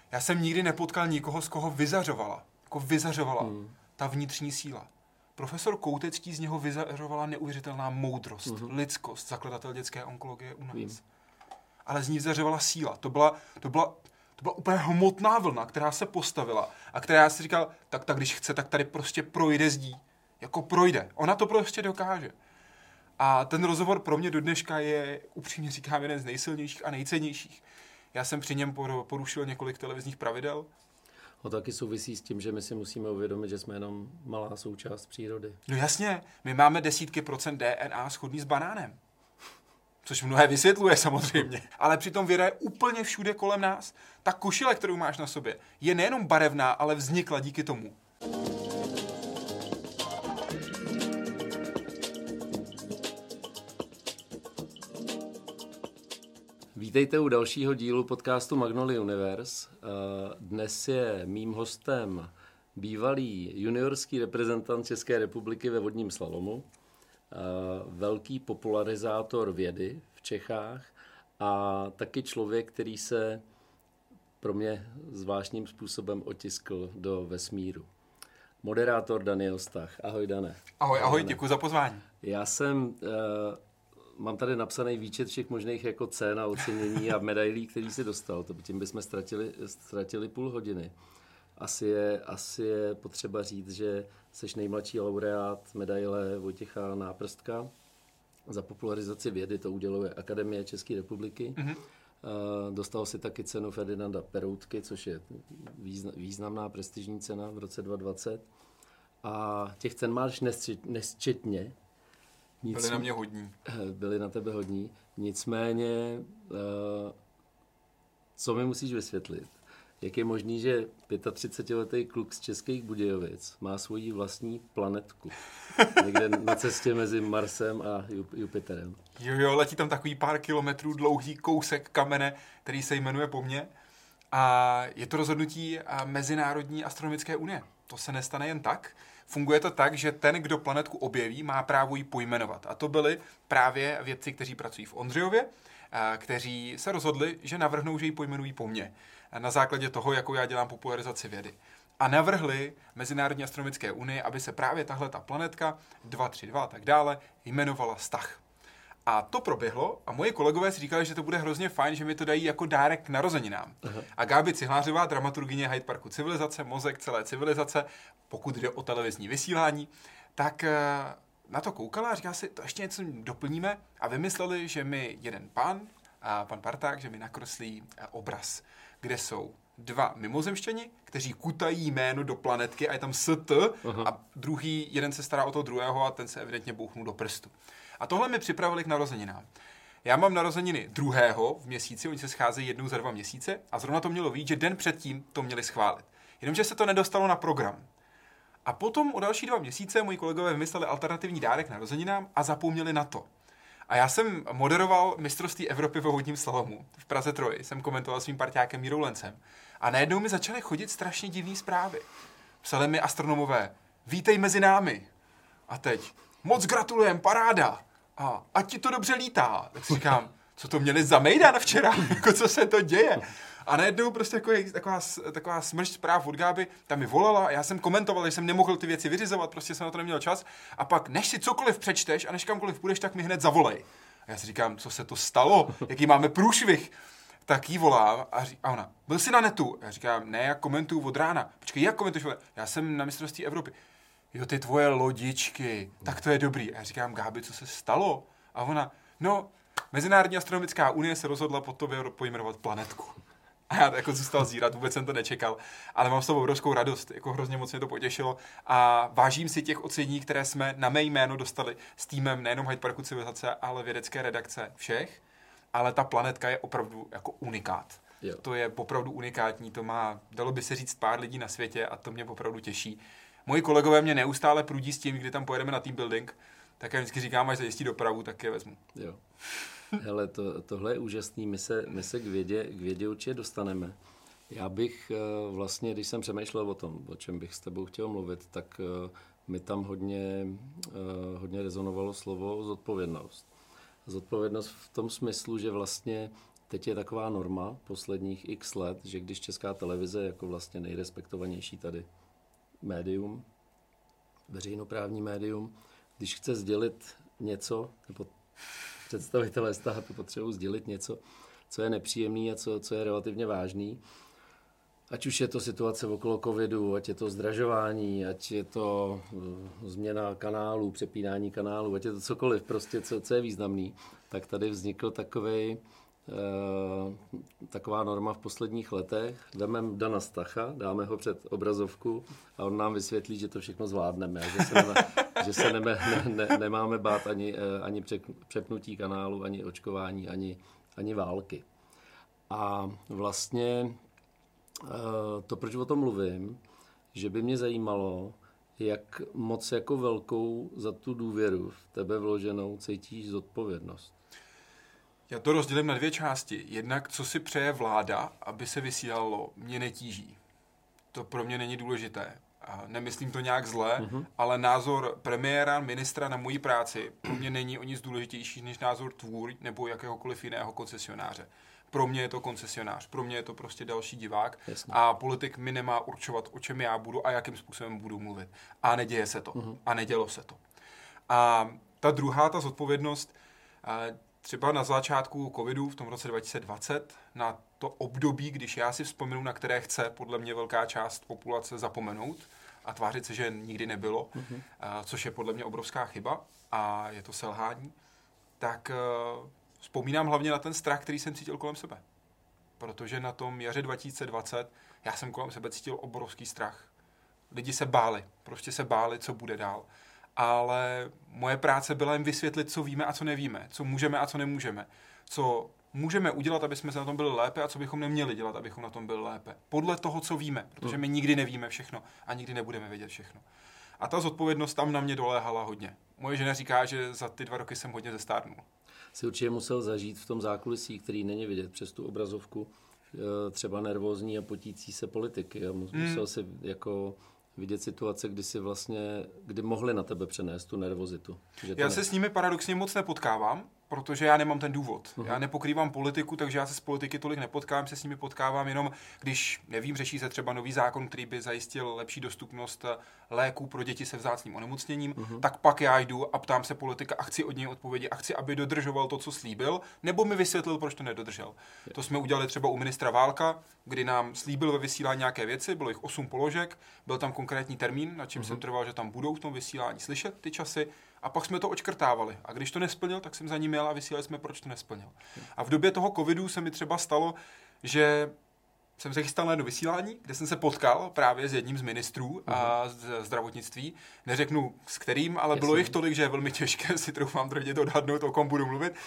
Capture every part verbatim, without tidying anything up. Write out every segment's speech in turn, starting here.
Já jsem nikdy nepotkal nikoho, z koho vyzařovala, jako vyzařovala hmm. ta vnitřní síla. Profesor Koutecký z něho vyzařovala neuvěřitelná moudrost, hmm. lidskost, zakladatel dětské onkologie u nás. Hmm. Ale z ní vyzařovala síla. To byla, to byla, to byla úplně hmotná vlna, která se postavila a která já si říkal, tak, tak když chce, tak tady prostě projde zdí. Jako projde. Ona to prostě dokáže. A ten rozhovor pro mě do dneška je, upřímně říkám, jeden z nejsilnějších a nejcennějších. Já jsem při něm porušil několik televizních pravidel. To taky souvisí s tím, že my si musíme uvědomit, že jsme jenom malá součást přírody. No jasně, my máme desítky procent D N A shodný s banánem. Což mnohé vysvětluje samozřejmě. Ale přitom věda je úplně všude kolem nás. Ta košile, kterou máš na sobě, je nejenom barevná, ale vznikla díky tomu. Vítejte u dalšího dílu podcastu Magnolia Universe. Dnes je mým hostem bývalý juniorský reprezentant České republiky ve vodním slalomu, velký popularizátor vědy v Čechách a taky člověk, který se pro mě zvláštním způsobem otiskl do vesmíru. Moderátor Daniel Stach. Ahoj, Dane. Ahoj, ahoj, děkuji za pozvání. Já jsem... Mám tady napsaný výčet všech možných jako cen a ocenění a medailí, který jsi dostal. To tím bychom ztratili, ztratili půl hodiny. Asi je, asi je potřeba říct, že jsi nejmladší laureát medaile Vojtěcha Náprstka za popularizaci vědy. To uděluje Akademie České republiky. Mm-hmm. Dostal si taky cenu Ferdinanda Peroutky, což je významná prestižní cena v roce dva tisíce dvacet. A těch cen máš nesčetně. Nic, byli na mě hodní. Byli na tebe hodní. Nicméně, co mi musíš vysvětlit? Jak je možný, že třicetiletý kluk z Českých Budějovic má svoji vlastní planetku? Někde na cestě mezi Marsem a Jupiterem. Jo, jo, letí tam takový pár kilometrů dlouhý kousek kamene, který se jmenuje po mně. A je to rozhodnutí Mezinárodní astronomické unie. To se nestane jen tak. Funguje to tak, že ten, kdo planetku objeví, má právo ji pojmenovat. A to byli právě vědci, kteří pracují v Ondřejově, kteří se rozhodli, že navrhnou, že ji pojmenují po mně. Na základě toho, jakou já dělám popularizaci vědy. A navrhli Mezinárodní astronomické unii, aby se právě tahle ta planetka dva tři dva a tak dále jmenovala Stach. A to proběhlo a moji kolegové si říkali, že to bude hrozně fajn, že mi to dají jako dárek k narozeninám. Aha. A Gábi Cihlářová, dramaturgyně Hyde Parku Civilizace, mozek celé civilizace, pokud jde o televizní vysílání, tak na to koukala a říká si, to ještě něco doplníme a vymysleli, že mi jeden pán, a pan Parták, že mi nakreslí obraz, kde jsou dva mimozemšťani, kteří kutají jméno do planetky a je tam S T a druhý, jeden se stará o toho druhého a ten se evidentně bouchnul do prstu. A tohle mi připravili k narozeninám. Já mám narozeniny druhého v měsíci, oni se scházejí jednou za dva měsíce a zrovna to mělo víc, že den předtím to měli schválit. Jenomže se to nedostalo na program. A potom o další dva měsíce moji kolegové vymysleli alternativní dárek narozeninám a zapomněli na to. A já jsem moderoval mistrovství Evropy ve vodním slalomu v Praze Troji. Jsem komentoval svým parťákem Mírou Lencem. A najednou mi začaly chodit strašně divné zprávy. Psali mi astronomové, vítej mezi námi. A teď, moc gratulujem, paráda. A ať ti to dobře lítá. Tak si říkám, co to měli za mejdan včera? Jako co se to děje? A najednou prostě jako je, taková, taková smršť zpráv od Gáby, tam mi volala a já jsem komentoval, že jsem nemohl ty věci vyřizovat, prostě jsem na to neměl čas. A pak, než si cokoliv přečteš a než kamkoliv půjdeš, tak mi hned zavolej. A já si říkám, co se to stalo? Jaký máme průšvih? Tak jí volám a, ří, a ona, byl jsi na netu? Já říkám, ne, já komentuju od rána. Počkej, jak komentuješ? Já jsem na mistrovství Evropy. Jo, ty tvoje lodičky, tak to je dobrý. A já říkám, Gábi, co se stalo? A ona, no, Mezinárodní astronomická unie se rozhodla pod tobě pojmenovat planetku. A já jako zůstal zírat, vůbec jsem to nečekal, ale mám s toho obrovskou radost, jako hrozně moc mě to potěšilo a vážím si těch ocenění, které jsme na mé jméno dostali s týmem nejenom Hyde Parku Civilizace, ale vědecké redakce všech, ale ta planetka je opravdu jako unikát. Jo. To je opravdu unikátní, to má, dalo by se říct, pár lidí na světě a to mě opravdu těší. Moji kolegové mě neustále prudí s tím, kdy tam pojedeme na team building, tak já vždycky říkám, až zajistí dopravu, tak je vezmu. Jo. Hele, to, tohle je úžasný, my se, my se k, vědě, k vědě určitě dostaneme. Já bych vlastně, když jsem přemýšlel o tom, o čem bych s tebou chtěl mluvit, tak mi tam hodně, hodně rezonovalo slovo zodpovědnost. Zodpovědnost v tom smyslu, že vlastně teď je taková norma posledních x let, že když Česká televize jako vlastně nejrespektovanější tady médium, veřejnoprávní médium, když chce sdělit něco, nebo představitelé státu potřebují sdělit něco, co je nepříjemný a co, co je relativně vážný, ať už je to situace okolo covidu, ať je to zdražování, ať je to uh, změna kanálů, přepínání kanálů, ať je to cokoliv, prostě co, co je významný, tak tady vznikl takovej, uh, taková norma v posledních letech. Vememe Dana Stacha, dáme ho před obrazovku a on nám vysvětlí, že to všechno zvládneme, že se, neme, že se neme, ne, ne, nemáme bát ani, uh, ani přepnutí kanálu, ani očkování, ani, ani války. A vlastně to, proč o tom mluvím, že by mě zajímalo, jak moc jako velkou za tu důvěru v tebe vloženou cítíš zodpovědnost. Já to rozdělím na dvě části. Jednak, co si přeje vláda, aby se vysílalo, mě netíží. To pro mě není důležité. A nemyslím to nějak zle, uh-huh. ale názor premiéra, ministra na moji práci pro mě není o nic důležitější než názor tvůr nebo jakéhokoliv jiného koncesionáře. Pro mě je to koncesionář, pro mě je to prostě další divák. Jasně. A politik mi nemá určovat, o čem já budu a jakým způsobem budu mluvit. A neděje se to. Uh-huh. A nedělo se to. A ta druhá, ta zodpovědnost, třeba na začátku covidu v tom roce dva tisíce dvacet, na to období, když já si vzpomenu, na které chce podle mě velká část populace zapomenout a tvářit se, že nikdy nebylo, uh-huh. což je podle mě obrovská chyba a je to selhání, tak vzpomínám hlavně na ten strach, který jsem cítil kolem sebe. Protože na tom jaře dva tisíce dvacet já jsem kolem sebe cítil obrovský strach. Lidi se báli, prostě se báli, co bude dál. Ale moje práce byla jim vysvětlit, co víme a co nevíme, co můžeme a co nemůžeme, co můžeme udělat, aby jsme se na tom byli lépe a co bychom neměli dělat, abychom na tom byli lépe. Podle toho, co víme, protože my nikdy nevíme všechno a nikdy nebudeme vědět všechno. A ta zodpovědnost tam na mě doléhala hodně. Moje žena říká, že za ty dva roky jsem hodně zestárnul. Si určitě musel zažít v tom zákulisí, který není vidět přes tu obrazovku, třeba nervózní a potící se politiky. A musel hmm. si jako vidět situace, kdy si vlastně, kdy mohli na tebe přenést tu nervozitu. Já se ne... s nimi paradoxně moc nepotkávám, protože já nemám ten důvod. Uh-huh. Já nepokrývám politiku, takže já se s politiky tolik nepotkávám, se s nimi potkávám jenom, když, nevím, řeší se třeba nový zákon, který by zajistil lepší dostupnost léků pro děti se vzácným onemocněním, uh-huh. tak pak já jdu a ptám se politika a chci od něj odpovědi a chci, aby dodržoval to, co slíbil, nebo mi vysvětlil, proč to nedodržel. Je. To jsme udělali třeba u ministra Válka, kdy nám slíbil ve vysílání nějaké věci, bylo jich osm položek, byl tam konkrétní termín, na čem uh-huh. jsem trval, že tam budou v tom vysílání slyšet ty časy. A pak jsme to očkrtávali. A když to nesplnil, tak jsem za ním jel a vysílali jsme, proč to nesplnil. A v době toho covidu se mi třeba stalo, že jsem se chystal na jedno vysílání, kde jsem se potkal právě s jedním z ministrů a z zdravotnictví. Neřeknu s kterým, ale Jasně. bylo jich tolik, že je velmi těžké si troufám tvrdit odhadnout, o kom budu mluvit.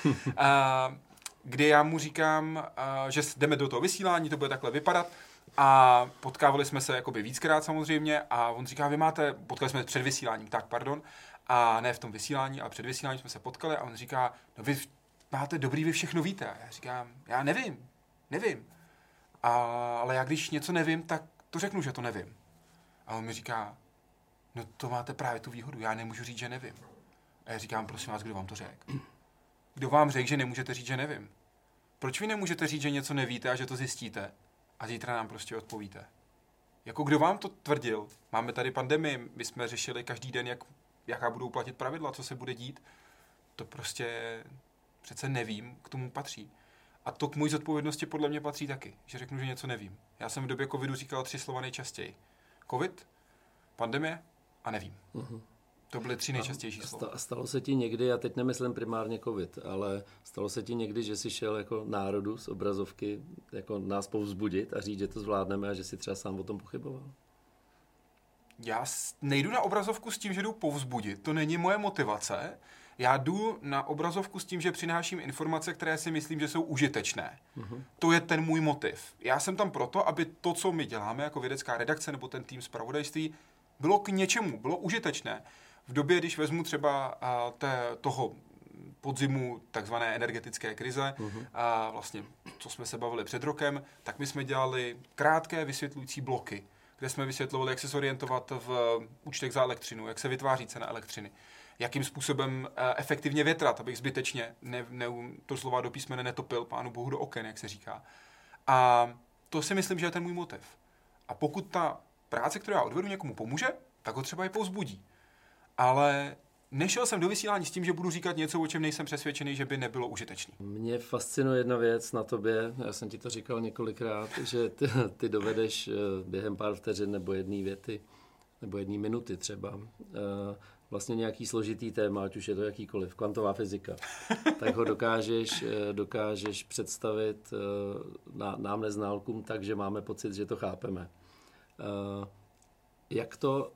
A, kdy já mu říkám, a, že jdeme do toho vysílání, to bude takhle vypadat. A potkávali jsme se jakoby víckrát samozřejmě a on říká, vy máte, potkali jsme před vysíláním, tak pardon, a ne v tom vysílání, ale před vysíláním jsme se potkali a on říká, no vy máte dobrý, vy všechno víte. A já říkám, já nevím, nevím. A, ale já když něco nevím, tak to řeknu, že to nevím. A on mi říká, no to máte právě tu výhodu, já nemůžu říct, že nevím. A já říkám, prosím vás, kdo vám to řekl? Kdo vám řekl, že nemůžete říct, že nevím? Proč vy nemůžete říct, že něco nevíte a že to zjistíte? A zítra nám prostě odpovíte. Jako kdo vám to tvrdil? Máme tady pandemii, my jsme řešili každý den, jak, jaká budou platit pravidla, co se bude dít. To prostě přece nevím, k tomu patří. A to k mojí zodpovědnosti podle mě patří taky, že řeknu, že něco nevím. Já jsem v době covidu říkal tři slova nejčastěji. Covid, pandemie a nevím. Uh-huh. To byly tři nejčastější slova. A stalo se ti někdy, a teď nemyslím primárně covid, ale stalo se ti někdy, že jsi šel jako národu z obrazovky jako nás povzbudit a říct, že to zvládneme a že si třeba sám o tom pochyboval? Já nejdu na obrazovku s tím, že jdu povzbudit. To není moje motivace. Já jdu na obrazovku s tím, že přináším informace, které si myslím, že jsou užitečné. Uh-huh. To je ten můj motiv. Já jsem tam proto, aby to, co my děláme jako vědecká redakce nebo ten tým zpravodajství, bylo k něčemu, bylo užitečné. V době, když vezmu třeba a, té, toho podzimu takzvané energetické krize, uh-huh. a vlastně, co jsme se bavili před rokem, tak my jsme dělali krátké vysvětlující bloky, kde jsme vysvětlovali, jak se zorientovat v účtech za elektřinu, jak se vytváří cena elektřiny, jakým způsobem efektivně větrat, abych zbytečně ne, ne, to slova do písmene netopil pánu bohu do oken, jak se říká. A to si myslím, že je ten můj motiv. A pokud ta práce, kterou já odvedu, někomu pomůže, tak ho třeba i povzbudí. Ale nešel jsem do vysílání s tím, že budu říkat něco, o čem nejsem přesvědčený, že by nebylo užitečný. Mě fascinuje jedna věc na tobě, já jsem ti to říkal několikrát, že ty, ty dovedeš během pár vteřin nebo jedné věty, nebo jedné minuty třeba, vlastně nějaký složitý téma, ať už je to jakýkoliv, kvantová fyzika, tak ho dokážeš, dokážeš představit nám neználkům tak, že máme pocit, že to chápeme. Jak to,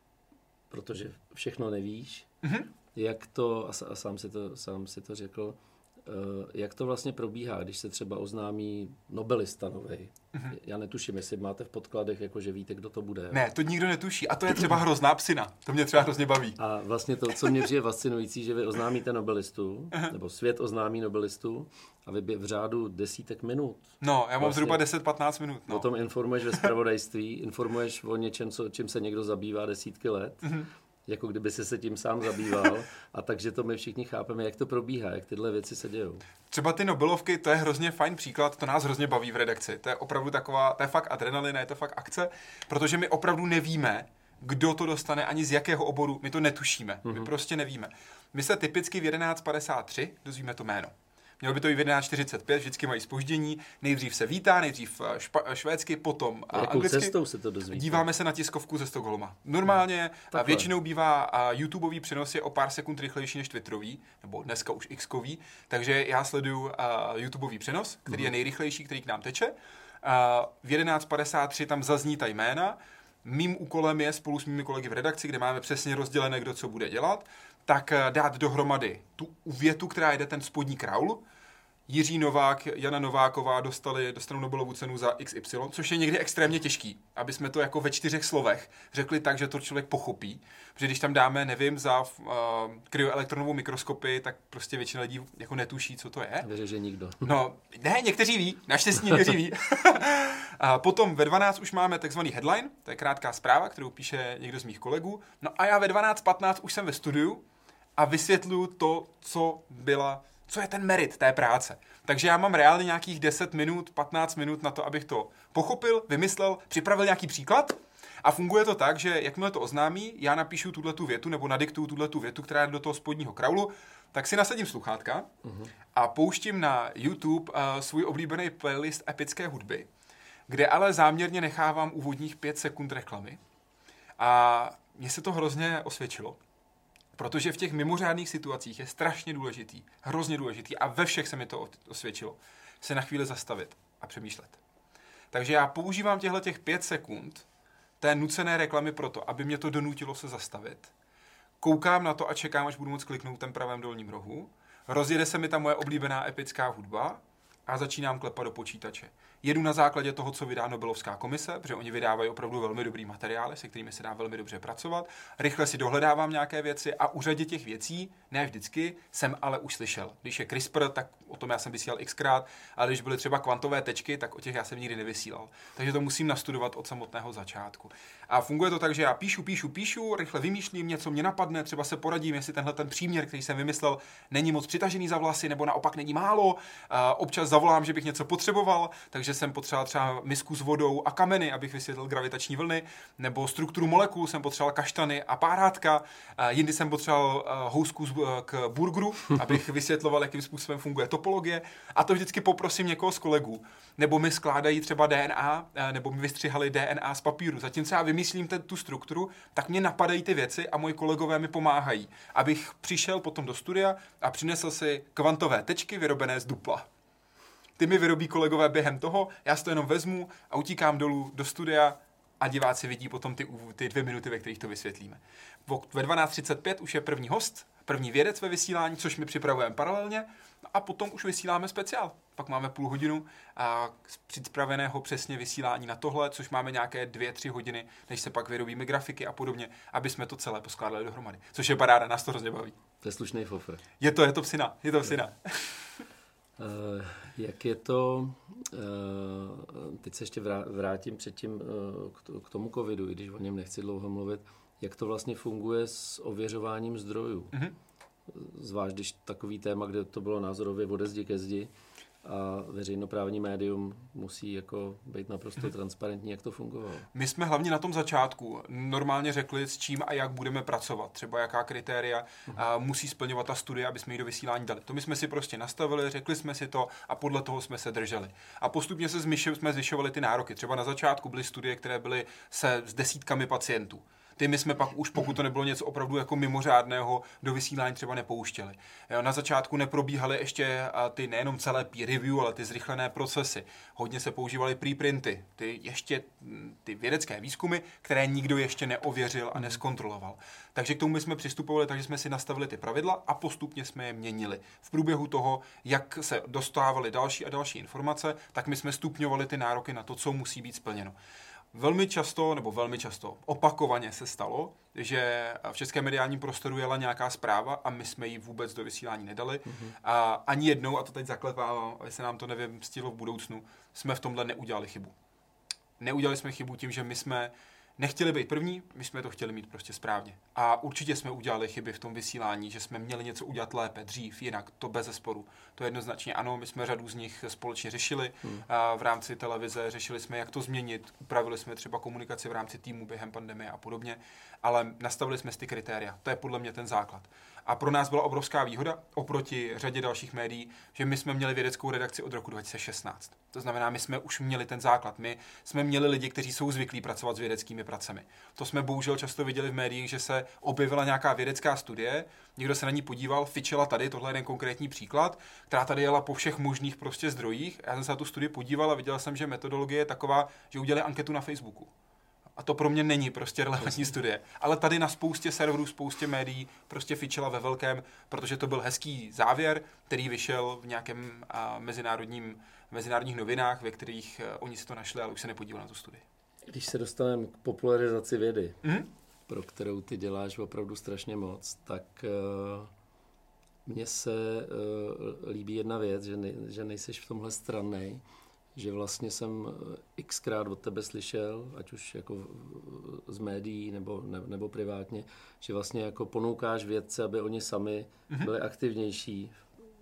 protože všechno nevíš, mm-hmm. jak to, a sám si to, sám si to řekl, jak to vlastně probíhá, když se třeba oznámí nobelista novej. Mm-hmm. Já netuším, jestli máte v podkladech, jako že víte, kdo to bude. Ne, to nikdo netuší. A to je třeba hrozná psina. To mě třeba hrozně baví. A vlastně to, co mě přijde fascinující, že vy oznámíte nobelistu, uh-huh. nebo svět oznámí nobelistu, a vy v řádu desítek minut. No, já mám vlastně zhruba deset patnáct minut. No. O tom informuješ ve zpravodajství, informuješ o něčem, co, čím se někdo zabývá desítky let. Uh-huh. Jako kdyby si se tím sám zabýval. A takže to my všichni chápeme, jak to probíhá, jak tyhle věci se dějou. Třeba ty Nobelovky, to je hrozně fajn příklad, to nás hrozně baví v redakci. To je opravdu taková, to je fakt adrenalina, je to fakt akce, protože my opravdu nevíme, kdo to dostane, ani z jakého oboru, my to netušíme, mm-hmm. my prostě nevíme. My se typicky v jedenáct padesát tři dozvíme to jméno. Mělo by to i v jedenáct čtyřicet pět, vždycky mají zpoždění. Nejdřív se vítá, nejdřív špa- švédsky, potom Jakou anglicky. Cestou se to dozvíte? Díváme se na tiskovku ze Stockholma. Normálně hmm. většinou bývá YouTubeový přenos je o pár sekund rychlejší než Twitterový, nebo dneska už Xkový, takže já sleduju uh, YouTubeový přenos, který hmm. je nejrychlejší, který k nám teče. Uh, v jedenáct padesát tři tam zazní ta jména. Mým úkolem je spolu s mými kolegy v redakci, kde máme přesně rozdělené, kdo co bude dělat, tak dát dohromady tu větu, která jde ten spodní kraul. Jiří Novák, Jana Nováková dostali, dostanou Nobelovu cenu za iks ypsilon, což je někdy extrémně těžký, aby jsme to jako ve čtyřech slovech řekli tak, že to člověk pochopí. Protože když tam dáme, nevím, za uh, kryoelektronovou mikroskopii, tak prostě většina lidí jako netuší, co to je. Věřím, že nikdo. No, ne, někteří ví, naštěstí někteří ví. A potom ve dvanáct už máme takzvaný headline, to je krátká zpráva, kterou píše někdo z mých kolegů. No a já ve dvanáct patnáct už jsem ve studiu a vysvětluju to, co byla co je ten merit té práce. Takže já mám reálně nějakých deset minut, patnáct minut na to, abych to pochopil, vymyslel, připravil nějaký příklad a funguje to tak, že jakmile to oznámí, já napíšu tuhletu větu nebo nadiktuju tuhletu větu, která je do toho spodního kraulu, tak si nasadím sluchátka uh-huh. a pouštím na YouTube uh, svůj oblíbený playlist epické hudby, kde ale záměrně nechávám úvodních pět sekund reklamy. A mně se to hrozně osvědčilo. Protože v těch mimořádných situacích je strašně důležitý, hrozně důležitý a ve všech se mi to osvědčilo, se na chvíli zastavit a přemýšlet. Takže já používám těchto těch pět sekund té nucené reklamy proto, aby mě to donutilo se zastavit. Koukám na to a čekám, až budu moct kliknout ten pravém dolním rohu. Rozjede se mi ta moje oblíbená epická hudba a začínám klepat do počítače. Jedu na základě toho, co vydá Nobelovská komise, protože oni vydávají opravdu velmi dobrý materiály, se kterými se dá velmi dobře pracovat. Rychle si dohledávám nějaké věci a u řadě těch věcí, ne vždycky, jsem ale už slyšel. Když je CRISPR, tak o tom já jsem vysílal xkrát, ale když byly třeba kvantové tečky, tak o těch já jsem nikdy nevysílal. Takže to musím nastudovat od samotného začátku. A funguje to tak, že já píšu, píšu, píšu, rychle vymýšlím, něco mě napadne, třeba se poradím, jestli tenhle ten příměr, který jsem vymyslel, není moc přitažený za vlasy, nebo naopak není málo. A občas zavolám, že bych něco potřeboval, takže jsem potřeboval třeba misku s vodou a kameny, abych vysvětlil gravitační vlny, nebo strukturu molekul jsem potřeboval kaštany a párátka. A jindy jsem potřeboval housku k burgeru, abych vysvětloval, jakým způsobem funguje topologie. A to vždycky poprosím někoho z kolegů. Nebo mi skládají třeba D N A, nebo mi vystřihali D N A z papíru. Zatímco já vymyslím ten, tu strukturu, tak mě napadají ty věci a moji kolegové mi pomáhají, abych přišel potom do studia a přinesl si kvantové tečky vyrobené z dupla. Ty mi vyrobí kolegové během toho, já si to jenom vezmu a utíkám dolů do studia a diváci vidí potom ty, ty dvě minuty, ve kterých to vysvětlíme. Ve dvanáct třicet pět už je první host, první vědec ve vysílání, což my připravujeme paralelně, a potom už vysíláme speciál. Pak máme půl hodinu a připraveného přesně vysílání na tohle, což máme nějaké dvě, tři hodiny, než se pak vyrobíme grafiky a podobně, aby jsme to celé poskládali dohromady. Což je paráda, nás to hrozně baví. To je slušný fofr. Je to, je to psina, je to psina. Uh, jak je to, uh, teď se ještě vrátím předtím uh, k tomu covidu, i když o něm nechci dlouho mluvit, jak to vlastně funguje s ověřováním zdrojů. Mm-hmm. Zvlášť, když takový téma, kde to bylo názorově ode zdi ke zdi a veřejnoprávní médium musí jako být naprosto mm-hmm. transparentní, jak to fungovalo. My jsme hlavně na tom začátku normálně řekli, s čím a jak budeme pracovat. Třeba jaká kritéria mm-hmm. musí splňovat ta studie, aby jsme ji do vysílání dali. To my jsme si prostě nastavili, řekli jsme si to a podle toho jsme se drželi. A postupně se zmyšli, jsme zvyšovali ty nároky. Třeba na začátku byly studie, které byly se s desítkami pacientů. Ty my jsme pak už, pokud to nebylo něco opravdu jako mimořádného, do vysílání třeba nepouštěli. Na začátku neprobíhaly ještě ty nejenom celé peer review, ale ty zrychlené procesy. Hodně se používaly preprinty, ty ještě ty vědecké výzkumy, které nikdo ještě neověřil a neskontroloval. Takže k tomu jsme přistupovali, takže jsme si nastavili ty pravidla a postupně jsme je měnili. V průběhu toho, jak se dostávaly další a další informace, tak my jsme stupňovali ty nároky na to, co musí být splněno. Velmi často, nebo velmi často, opakovaně se stalo, že v českém mediálním prostoru jela nějaká zpráva a my jsme ji vůbec do vysílání nedali. Mm-hmm. A ani jednou, a to teď zaklepávám, aby se nám to nevymstilo v budoucnu, jsme v tomhle neudělali chybu. Neudělali jsme chybu tím, že my jsme nechtěli být první, my jsme to chtěli mít prostě správně. A určitě jsme udělali chyby v tom vysílání, že jsme měli něco udělat lépe, dřív, jinak, to bez zesporu. To jednoznačně ano, my jsme řadu z nich společně řešili hmm. a v rámci televize, řešili jsme, jak to změnit, upravili jsme třeba komunikaci v rámci týmu během pandemie a podobně, ale nastavili jsme si ty kritéria. To je podle mě ten základ. A pro nás byla obrovská výhoda oproti řadě dalších médií, že my jsme měli vědeckou redakci od roku dva tisíce šestnáct. To znamená, my jsme už měli ten základ. My jsme měli lidi, kteří jsou zvyklí pracovat s vědeckými pracemi. To jsme bohužel často viděli v médiích, že se objevila nějaká vědecká studie, někdo se na ní podíval, fičela tady, tohle je jeden konkrétní příklad, která tady jela po všech možných prostě zdrojích. Já jsem se na tu studii podíval a viděl jsem, že metodologie je taková, že udělali anketu na Facebooku. A to pro mě není prostě relevantní studie. Ale tady na spoustě serverů, spoustě médií prostě fičela ve velkém, protože to byl hezký závěr, který vyšel v nějakém a, mezinárodním, mezinárodních novinách, ve kterých a, oni si to našli, ale už se nepodívali na tu studii. Když se dostaneme k popularizaci vědy, mm-hmm. pro kterou ty děláš opravdu strašně moc, tak uh, mně se uh, líbí jedna věc, že, ne, že nejseš v tomhle strannej, že vlastně jsem xkrát od tebe slyšel, ať už jako z médií nebo, ne, nebo privátně, že vlastně jako ponoukáš vědce, aby oni sami mm-hmm. byli aktivnější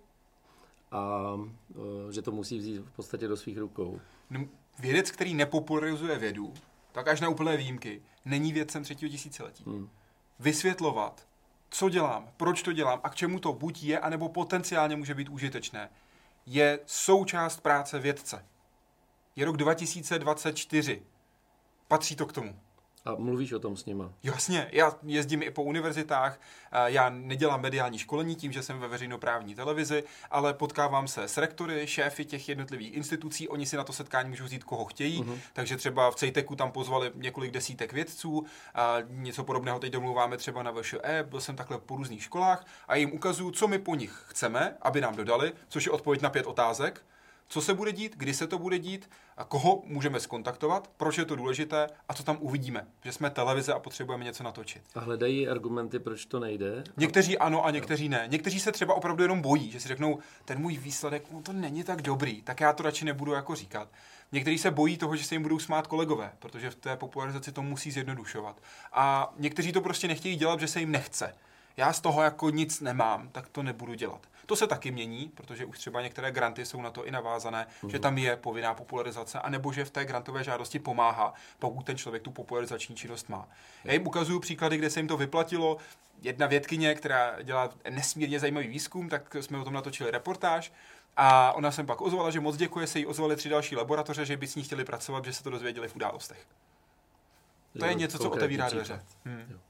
a uh, že to musí vzít v podstatě do svých rukou. No, vědec, který nepopularizuje vědu, tak až na úplné výjimky, není vědcem třetího tisíciletí. Hmm. Vysvětlovat, co dělám, proč to dělám a k čemu to buď je, anebo potenciálně může být užitečné, je součást práce vědce. Je rok dva tisíce dvacet čtyři. Patří to k tomu. A mluvíš o tom s nima? Jasně, já jezdím i po univerzitách, já nedělám mediální školení tím, že jsem ve veřejnoprávní televizi, ale potkávám se s rektory, šéfy těch jednotlivých institucí, oni si na to setkání můžou vzít, koho chtějí, uh-huh. takže třeba v CEJTECu tam pozvali několik desítek vědců, a něco podobného teď domluváme třeba na V Š E, byl jsem takhle po různých školách a jim ukazuju, co my po nich chceme, aby nám dodali, což je odpověď na pět otázek. Co se bude dít, kdy se to bude dít, a koho můžeme zkontaktovat, proč je to důležité a co tam uvidíme. Že jsme televize a potřebujeme něco natočit. A hledají argumenty, proč to nejde? Někteří ano a někteří ne. Někteří se třeba opravdu jenom bojí, že si řeknou, ten můj výsledek, no to není tak dobrý, tak já to radši nebudu jako říkat. Někteří se bojí toho, že se jim budou smát kolegové, protože v té popularizaci to musí zjednodušovat. A někteří to prostě nechtějí dělat, že se jim nechce. Já z toho jako nic nemám, tak to nebudu dělat. To se taky mění, protože už třeba některé granty jsou na to i navázané, mm. že tam je povinná popularizace, anebo že v té grantové žádosti pomáhá, pokud ten člověk tu popularizační činnost má. Já jim ukazuju příklady, kde se jim to vyplatilo. Jedna vědkyně, která dělá nesmírně zajímavý výzkum, tak jsme o tom natočili reportáž. A ona se pak ozvala, že moc děkuje, se jí ozvaly tři další laboratoře, že by s ní chtěli pracovat, že se to dozvěděli v Událostech. To je něco, co otevírá dveře. Hmm. Uh,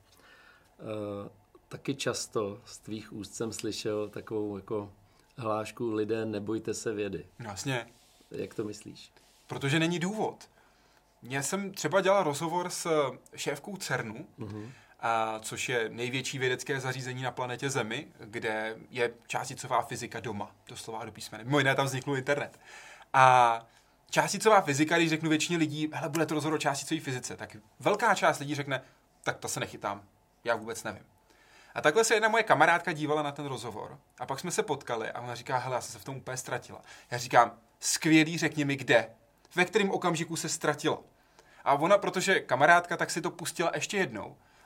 taky často z tvých úst jsem slyšel takovou jako hlášku lidé, nebojte se vědy. Jasně. Jak to myslíš? Protože není důvod. Já jsem třeba dělal rozhovor s šéfkou CERNu, uh-huh. a, což je největší vědecké zařízení na planetě Zemi, kde je částicová fyzika doma, doslova do písmene. Mimo jiné tam vznikl internet. A částicová fyzika, když řeknu většině lidí, hele, bude to rozhovor o částicové fyzice, tak velká část lidí řekne, tak to se nechytám, já vůbec nevím. A takhle se jedna moje kamarádka dívala na ten rozhovor a pak jsme se potkali a ona říká, hele, já jsem se v tom úplně ztratila. Já říkám, skvělý, řekni mi kde, ve kterém okamžiku se ztratila. A ona, protože kamarádka, tak si to pustila ještě jednou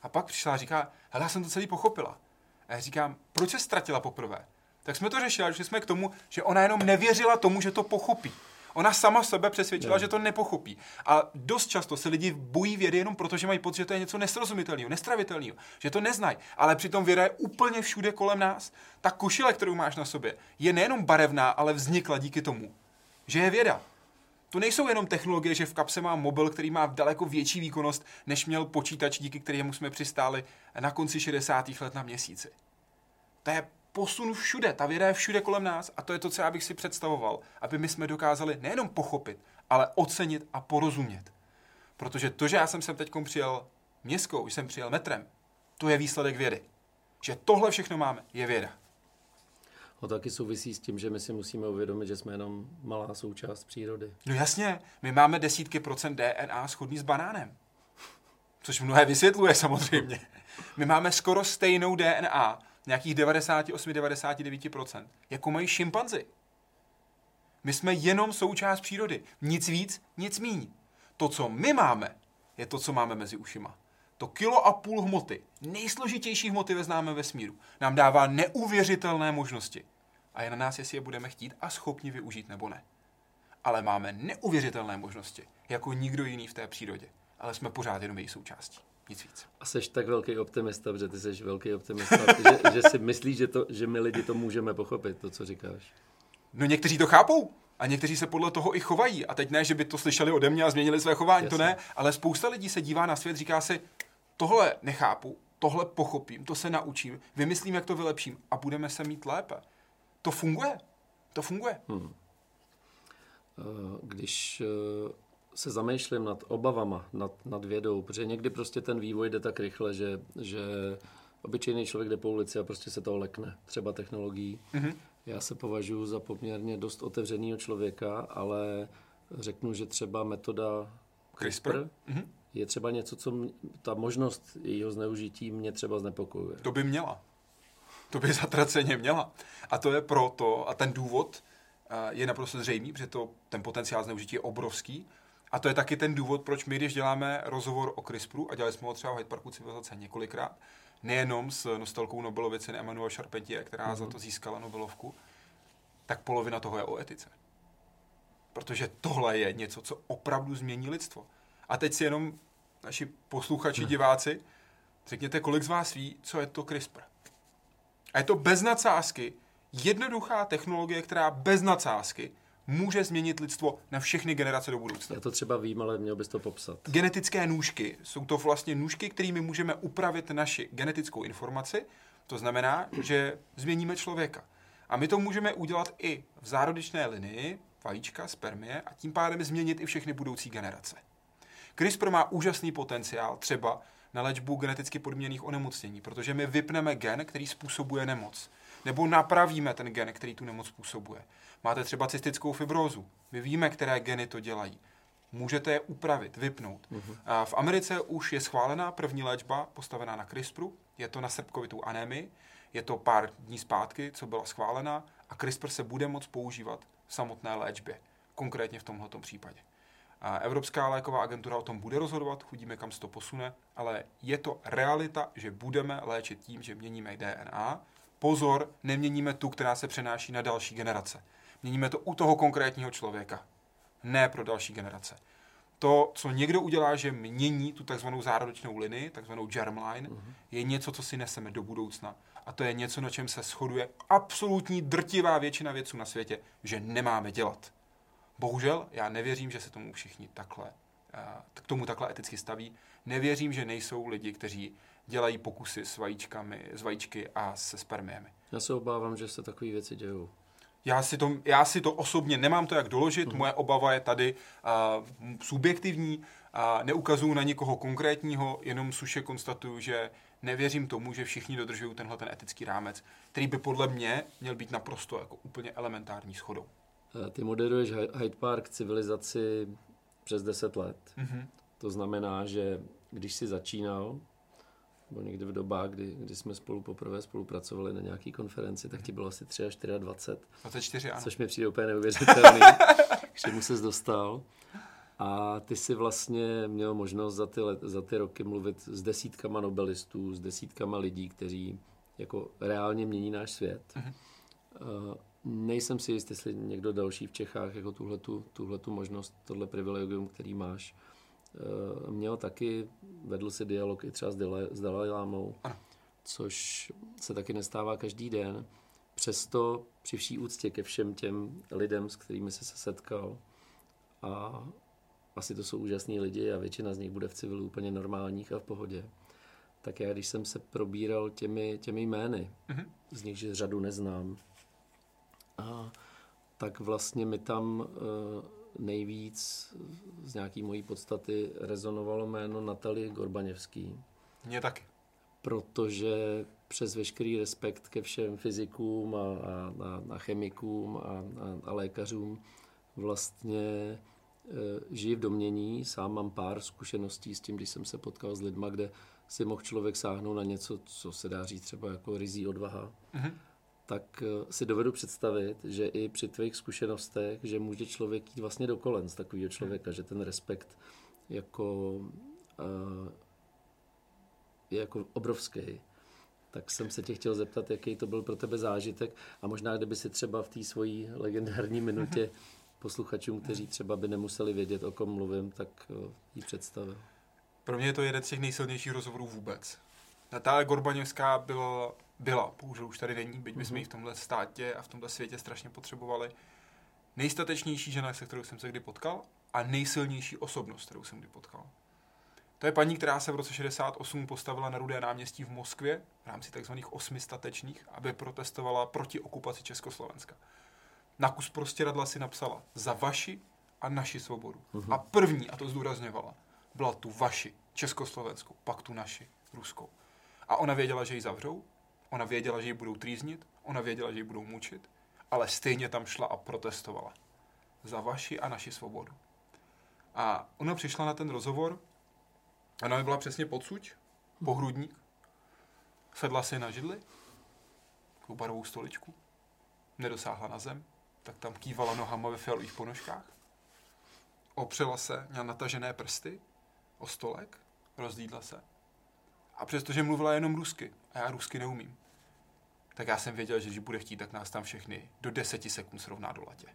A pak přišla a říká, hele, já jsem to celý pochopila. A já říkám, proč se ztratila poprvé? Tak jsme to řešili, že jsme k tomu, že ona jenom nevěřila tomu, že to pochopí. Ona sama sebe přesvědčila, ne. že to nepochopí. A dost často se lidi bojí vědy jenom proto, že mají pocit, že to je něco nesrozumitelného, nestravitelného, že to neznají. Ale přitom věda je úplně všude kolem nás. Ta košile, kterou máš na sobě, je nejenom barevná, ale vznikla díky tomu, že je věda. To nejsou jenom technologie, že v kapse mám mobil, který má daleko větší výkonnost, než měl počítač, díky kterému jsme přistáli na konci šedesátých let na měsíci. To je posun všude, ta věda je všude kolem nás a to je to, co já bych si představoval, aby my jsme dokázali nejenom pochopit, ale ocenit a porozumět. Protože to, že já jsem sem teď přijel městskou, že jsem přijel metrem, to je výsledek vědy. Že tohle všechno máme, je věda. To taky souvisí s tím, že my si musíme uvědomit, že jsme jenom malá součást přírody. No jasně, my máme desítky procent D N A shodný s banánem. Což mnohé vysvětluje samozřejmě. My máme skoro stejnou D N A, nějakých devadesát osm až devadesát devět procent, jako mají šimpanzi. My jsme jenom součást přírody. Nic víc, nic míň. To, co my máme, je to, co máme mezi ušima. To kilo a půl hmoty, nejsložitější hmoty veznáme ve vesmíru, nám dává neuvěřitelné možnosti. A je na nás, jestli je budeme chtít a schopni využít nebo ne. Ale máme neuvěřitelné možnosti, jako nikdo jiný v té přírodě. Ale jsme pořád jenom její součástí. Nic víc. A jsi tak velký optimista, protože ty jsi velký optimista, že, že si myslíš, že, to, že my lidi to můžeme pochopit, to, co říkáš. No někteří to chápou a někteří se podle toho i chovají. A teď ne, že by to slyšeli ode mě a změnili své chování, Jasně. to ne, ale spousta lidí se dívá na svět, říká si, tohle nechápu, tohle pochopím, to se naučím, vymyslím, jak to vylepším a budeme se mít lépe. To funguje. To funguje. Hmm. Když se zamýšlím nad obavama, nad, nad vědou, protože někdy prostě ten vývoj jde tak rychle, že, že obyčejný člověk jde po ulici a prostě se toho lekne, třeba technologií. Mm-hmm. Já se považuji za poměrně dost otevřenýho člověka, ale řeknu, že třeba metoda CRISPR, CRISPR mm-hmm. je třeba něco, co mě, ta možnost jejího zneužití mě třeba znepokojuje. To by měla. To by zatraceně měla. A to je proto, a ten důvod je naprosto zřejmý, protože to, ten potenciál zneužití je obrovský. A to je taky ten důvod, proč my, když děláme rozhovor o CRISPRu, a dělali jsme ho třeba v Hyde Parku civilizace několikrát, nejenom s nositelkou Nobelovy ceny Emmanuelle Charpentier, která mm-hmm. za to získala Nobelovku, tak polovina toho je o etice. Protože tohle je něco, co opravdu změní lidstvo. A teď si jenom naši posluchači, mm. diváci, řekněte, kolik z vás ví, co je to CRISPR. A je to bez nadsázky jednoduchá technologie, která bez nadsázky může změnit lidstvo na všechny generace do budoucna. Já to třeba vím, ale měl bys to popsat. Genetické nůžky. Jsou to vlastně nůžky, kterými můžeme upravit naši genetickou informaci. To znamená, že změníme člověka. A my to můžeme udělat i v zárodečné linii, vajíčka, spermie, a tím pádem změnit i všechny budoucí generace. CRISPR má úžasný potenciál třeba na léčbu geneticky podmíněných onemocnění, protože my vypneme gen, který způsobuje nemoc. Nebo napravíme ten gen, který tu nemoc způsobuje. Máte třeba cystickou fibrózu. My víme, které geny to dělají. Můžete je upravit, vypnout. Uh-huh. A v Americe už je schválená první léčba postavená na CRISPRu. Je to na srpkovitou anémii. Je to pár dní zpátky, co byla schválená. A CRISPR se bude moct používat v samotné léčbě. Konkrétně v tomhletom případě. A Evropská léková agentura o tom bude rozhodovat, chudíme, kam se to posune, ale je to realita, že budeme léčit tím, že měníme D N A. Pozor, neměníme tu, která se přenáší na další generace. Měníme to u toho konkrétního člověka, ne pro další generace. To, co někdo udělá, že mění tu takzvanou zárodečnou linii, takzvanou germline, uh-huh. je něco, co si neseme do budoucna. A to je něco, na čem se shoduje absolutní drtivá většina vědců na světě, že nemáme dělat. Bohužel, já nevěřím, že se tomu všichni takhle, k tomu takhle eticky staví. Nevěřím, že nejsou lidi, kteří dělají pokusy s vajíčkami, s vajíčky a se spermiemi. Já se obávám, že se takové věci dějou. Já si, to, já si to osobně nemám to jak doložit, mm. moje obava je tady uh, subjektivní, uh, neukazuju na nikoho konkrétního, jenom suše konstatuju, že nevěřím tomu, že všichni dodržují tenhle ten etický rámec, který by podle mě měl být naprosto jako úplně elementární shodou. Ty moderuješ Hyde Park civilizaci přes deset let. Mm-hmm. To znamená, že když jsi začínal, nebo někdy v dobách, kdy, kdy jsme spolu poprvé spolupracovali na nějaký konferenci, tak ti bylo asi dvacet tři. dvacet čtyři, ano. Což mi přijde úplně neuvěřitelný, k čemu ses dostal. A ty si vlastně měl možnost za ty, let, za ty roky mluvit s desítkama nobelistů, s desítkama lidí, kteří jako reálně mění náš svět. Mm-hmm. Uh, nejsem si jist, jestli někdo další v Čechách jako tuhletu, tuhletu možnost, tohle privilegium, který máš, uh, měl taky, vedl si dialog i třeba s, Dila, s Dalajlámou, což se taky nestává každý den. Přesto při vší úctě ke všem těm lidem, s kterými jsi se setkal, a asi to jsou úžasní lidi a většina z nich bude v civilu úplně normálních a v pohodě. Tak já, když jsem se probíral těmi, těmi jmény, mm-hmm. z nich řadu neznám, a tak vlastně mi tam uh, nejvíc z nějaký mojí podstaty rezonovalo jméno Natalie Gorbaněvský. Mně taky. Protože přes veškerý respekt ke všem fyzikům a, a, a, a chemikům a, a, a lékařům vlastně žiji v domění, sám mám pár zkušeností s tím, když jsem se potkal s lidma, kde si mohl člověk sáhnout na něco, co se dá říct třeba jako rizí odvaha, mm-hmm. tak si dovedu představit, že i při tvých zkušenostech, že může člověk jít vlastně do kolen z takového člověka, mm. že ten respekt jako, uh, je jako obrovský. Tak jsem se tě chtěl zeptat, jaký to byl pro tebe zážitek a možná, kdyby si třeba v té svojí legendární minutě posluchačům, kteří třeba by nemuseli vědět, o kom mluvím, tak ji představil. Pro mě je to jeden z těch nejsilnějších rozhovorů vůbec. Natália Gorbaněvská byla, byla, bohužel už tady není, byť bychom ji v tomhle státě a v tomhle světě strašně potřebovali. Nejstatečnější žena, se kterou jsem se kdy potkal, a nejsilnější osobnost, kterou jsem kdy potkal. To je paní, která se v roce šedesát osm postavila na Rudé náměstí v Moskvě v rámci takzvaných osmi statečných, aby protestovala proti okupaci Československa. Na kus prostěradla si napsala za vaši a naši svobodu. Uh-huh. A první, a to zdůrazňovala, byla tu vaši, československou, pak tu naši, ruskou. A ona věděla, že ji zavřou, ona věděla, že ji budou trýznit, ona věděla, že ji budou mučit, ale stejně tam šla a protestovala. Za vaši a naši svobodu. A ona přišla na ten rozhovor, ona mi byla přesně podsuť, pohrudník, sedla si na židli, takovou barovou stoličku, nedosáhla na zem, tak tam kývala nohama ve fialových ponožkách, opřela se, měla natažené prsty o stolek, rozlídla se. A přestože mluvila jenom rusky, a já rusky neumím, tak já jsem věděl, že když bude chtít, tak nás tam všechny do deseti sekund srovná do latě.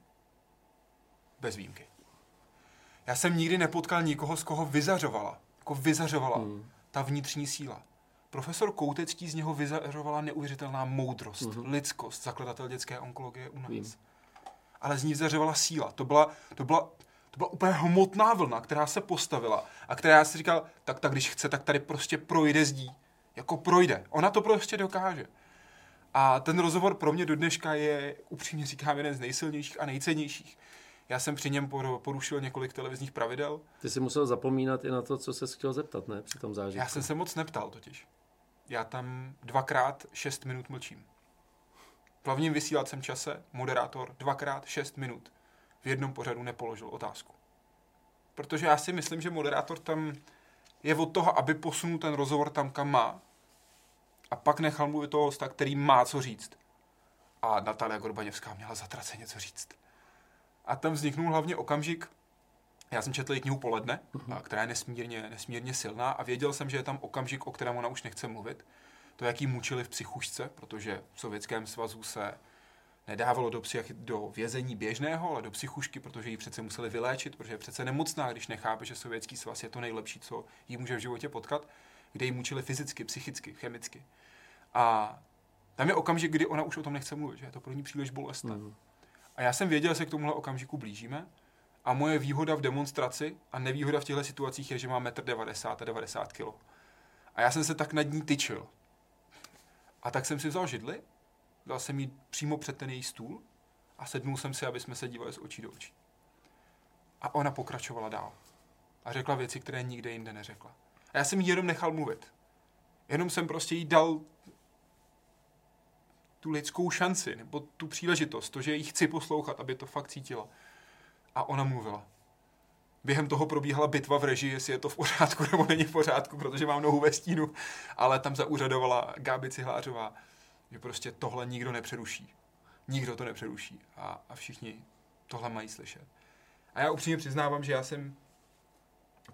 Bez výjimky. Já jsem nikdy nepotkal nikoho, z koho vyzařovala, jako vyzařovala hmm. ta vnitřní síla. Profesor Koutecký z něho vyzařovala neuvěřitelná moudrost, mm-hmm. lidskost, zakladatel dětské onkologie u nás. Vím. Ale z ní vyzařovala síla. To byla, to, byla, to byla úplně hmotná vlna, která se postavila a která já si říkal, tak, tak když chce, tak tady prostě projde zdí. Jako projde. Ona to prostě dokáže. A ten rozhovor pro mě do dneška je, upřímně říkám, jeden z nejsilnějších a nejcennějších. Já jsem při něm porušil několik televizních pravidel. Ty jsi musel zapomínat i na to, co ses chtěl zeptat, ne? Při tom zážitku. Já jsem se moc neptal totiž. Já tam dvakrát šest minut mlčím. V hlavním vysílacím čase moderátor dvakrát šest minut v jednom pořadu nepoložil otázku. Protože já si myslím, že moderátor tam je od toho, aby posunul ten rozhovor tam, kam má, a pak nechal mluvit toho hosta, který má co říct. A Natalia Gorbaněvská měla zatraceně co říct. A tam vzniknul hlavně okamžik, já jsem četl knihu Poledne, uh-huh. která je nesmírně, nesmírně silná a věděl jsem, že je tam okamžik, o kterém ona už nechce mluvit. To, jak jí mučili v psychušce, protože v Sovětském svazu se nedávalo do, psych, do vězení běžného, ale do psychušky, protože ji přece museli vyléčit, protože je přece nemocná, když nechápe, že Sovětský svaz je to nejlepší, co jí může v životě potkat, kde ji mučili fyzicky, psychicky, chemicky. A tam je okamžik, kdy ona už o tom nechce mluvit, že je to pro ní příliš bolestné. Uh-huh. A já jsem věděl, že se k tomuhle okamžiku blížíme. A moje výhoda v demonstraci a nevýhoda v těchto situacích je, že mám metr devadesát a devadesát kilo. A já jsem se tak nad ní tyčil. A tak jsem si vzal židli, dal jsem jí přímo před ten její stůl a sednul jsem si, aby jsme se dívali z očí do očí. A ona pokračovala dál. A řekla věci, které nikde jinde neřekla. A já jsem jí jenom nechal mluvit. Jenom jsem prostě jí dal tu lidskou šanci, nebo tu příležitost, to, že jí chci poslouchat, aby to fakt cítila. A ona mluvila. Během toho probíhala bitva v režii, jestli je to v pořádku nebo není v pořádku, protože mám nohu ve stínu, ale tam zaúřadovala Gábi Cihlářová, že prostě tohle nikdo nepřeruší. Nikdo to nepřeruší a, a všichni tohle mají slyšet. A já upřímně přiznávám, že já jsem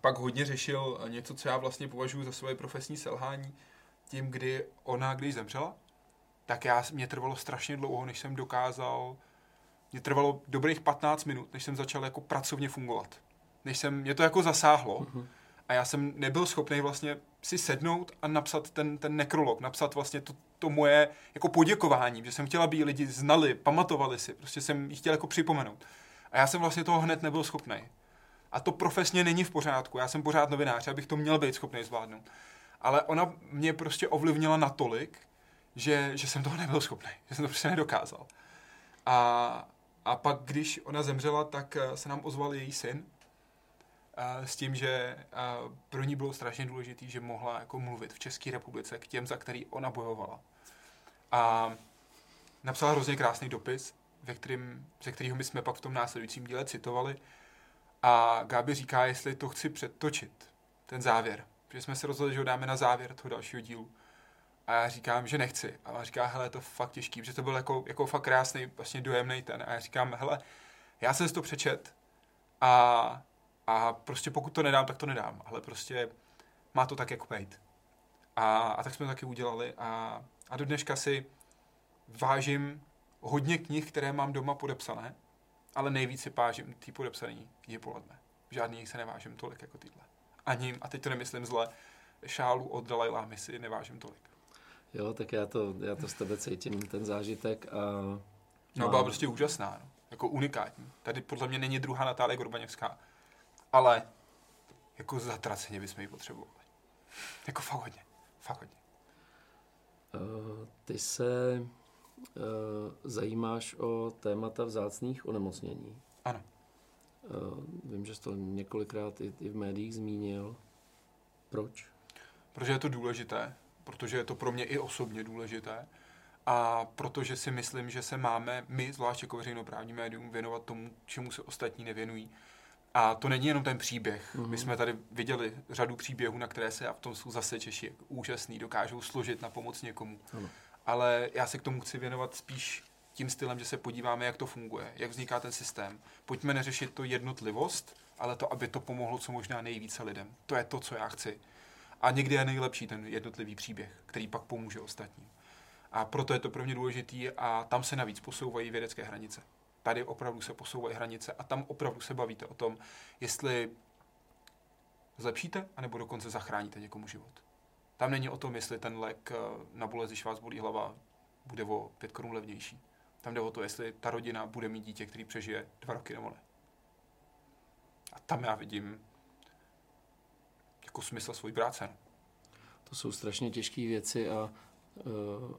pak hodně řešil něco, co já vlastně považuji za svoje profesní selhání, tím, kdy ona, když zemřela, tak já, mě trvalo strašně dlouho, než jsem dokázal, mě trvalo dobrých patnáct minut, než jsem začal jako pracovně fungovat. Než jsem, mě to jako zasáhlo uh-huh. a já jsem nebyl schopný vlastně si sednout a napsat ten, ten nekrolog, napsat vlastně to, to moje jako poděkování, že jsem chtěla, aby lidi znali, pamatovali si, prostě jsem jí chtěl jako připomenout. A já jsem vlastně toho hned nebyl schopný. A to profesně není v pořádku, já jsem pořád novinář, abych to měl být schopný zvládnout. Ale ona mě prostě ovlivnila natolik, že, že jsem toho nebyl schopný, že jsem to prostě nedokázal. A, a pak, když ona zemřela, tak se nám ozval její syn a s tím, že pro ní bylo strašně důležité, že mohla jako mluvit v České republice k těm, za který ona bojovala. A napsala hrozně krásný dopis, ve kterým, ze kterého my jsme pak v tom následujícím díle citovali. A Gábi říká, jestli to chci předtočit, ten závěr. Protože jsme se rozhodli, že ho dáme na závěr toho dalšího dílu. A já říkám, že nechci. A ona říká, hele, je to fakt těžký, protože to byl jako, jako fakt krásný, vlastně dojemný ten. A já říkám, hele, já jsem si to přečet a, a prostě pokud to nedám, tak to nedám. Ale prostě má to tak, jak být. A, a tak jsme to taky udělali. A, a do dneška si vážím hodně knih, které mám doma podepsané, ale nejvíc si vážím ty podepsaný knihy Poledne. Žádný jich se nevážím tolik jako tyhle. Ani, a teď to nemyslím zle, šálu od Dalaj Lámy si nevážím tolik. Jo, tak já to, já to z tebe cítím, ten zážitek. A no, byla prostě úžasná, no. Jako unikátní. Tady podle mě není druhá Natálie Gorbaněvská, ale jako zatraceně bychom ji potřebovali. Jako fakt hodně, fakt hodně. Uh, ty se uh, zajímáš o témata vzácných onemocnění. Ano. Uh, vím, že jsi to několikrát i, i v médiích zmínil. Proč? Protože je to důležité, protože je to pro mě i osobně důležité a protože si myslím, že se máme my, zvlášť jako veřejnoprávní médium, věnovat tomu, čemu se ostatní nevěnují. A to není jenom ten příběh. Mm-hmm. My jsme tady viděli řadu příběhů, na které se, a v tom jsou zase Češi jako úžasný, dokážou složit na pomoc někomu. Mm. Ale já se k tomu chci věnovat spíš tím stylem, že se podíváme, jak to funguje, jak vzniká ten systém. Pojďme neřešit to jednotlivost, ale to, aby to pomohlo co možná nejvíce lidem. To je to, co já chci. A někdy je nejlepší ten jednotlivý příběh, který pak pomůže ostatním. A proto je to pro mě důležitý a tam se navíc posouvají vědecké hranice. Tady opravdu se posouvají hranice a tam opravdu se bavíte o tom, jestli zlepšíte, anebo dokonce zachráníte někomu život. Tam není o tom, jestli ten lék na bolest, když vás bolí hlava, bude o pět korun levnější. Tam jde o to, jestli ta rodina bude mít dítě, který přežije dva roky nebo ne. A tam já vidím jako smysl svojí práce. To jsou strašně těžké věci a uh,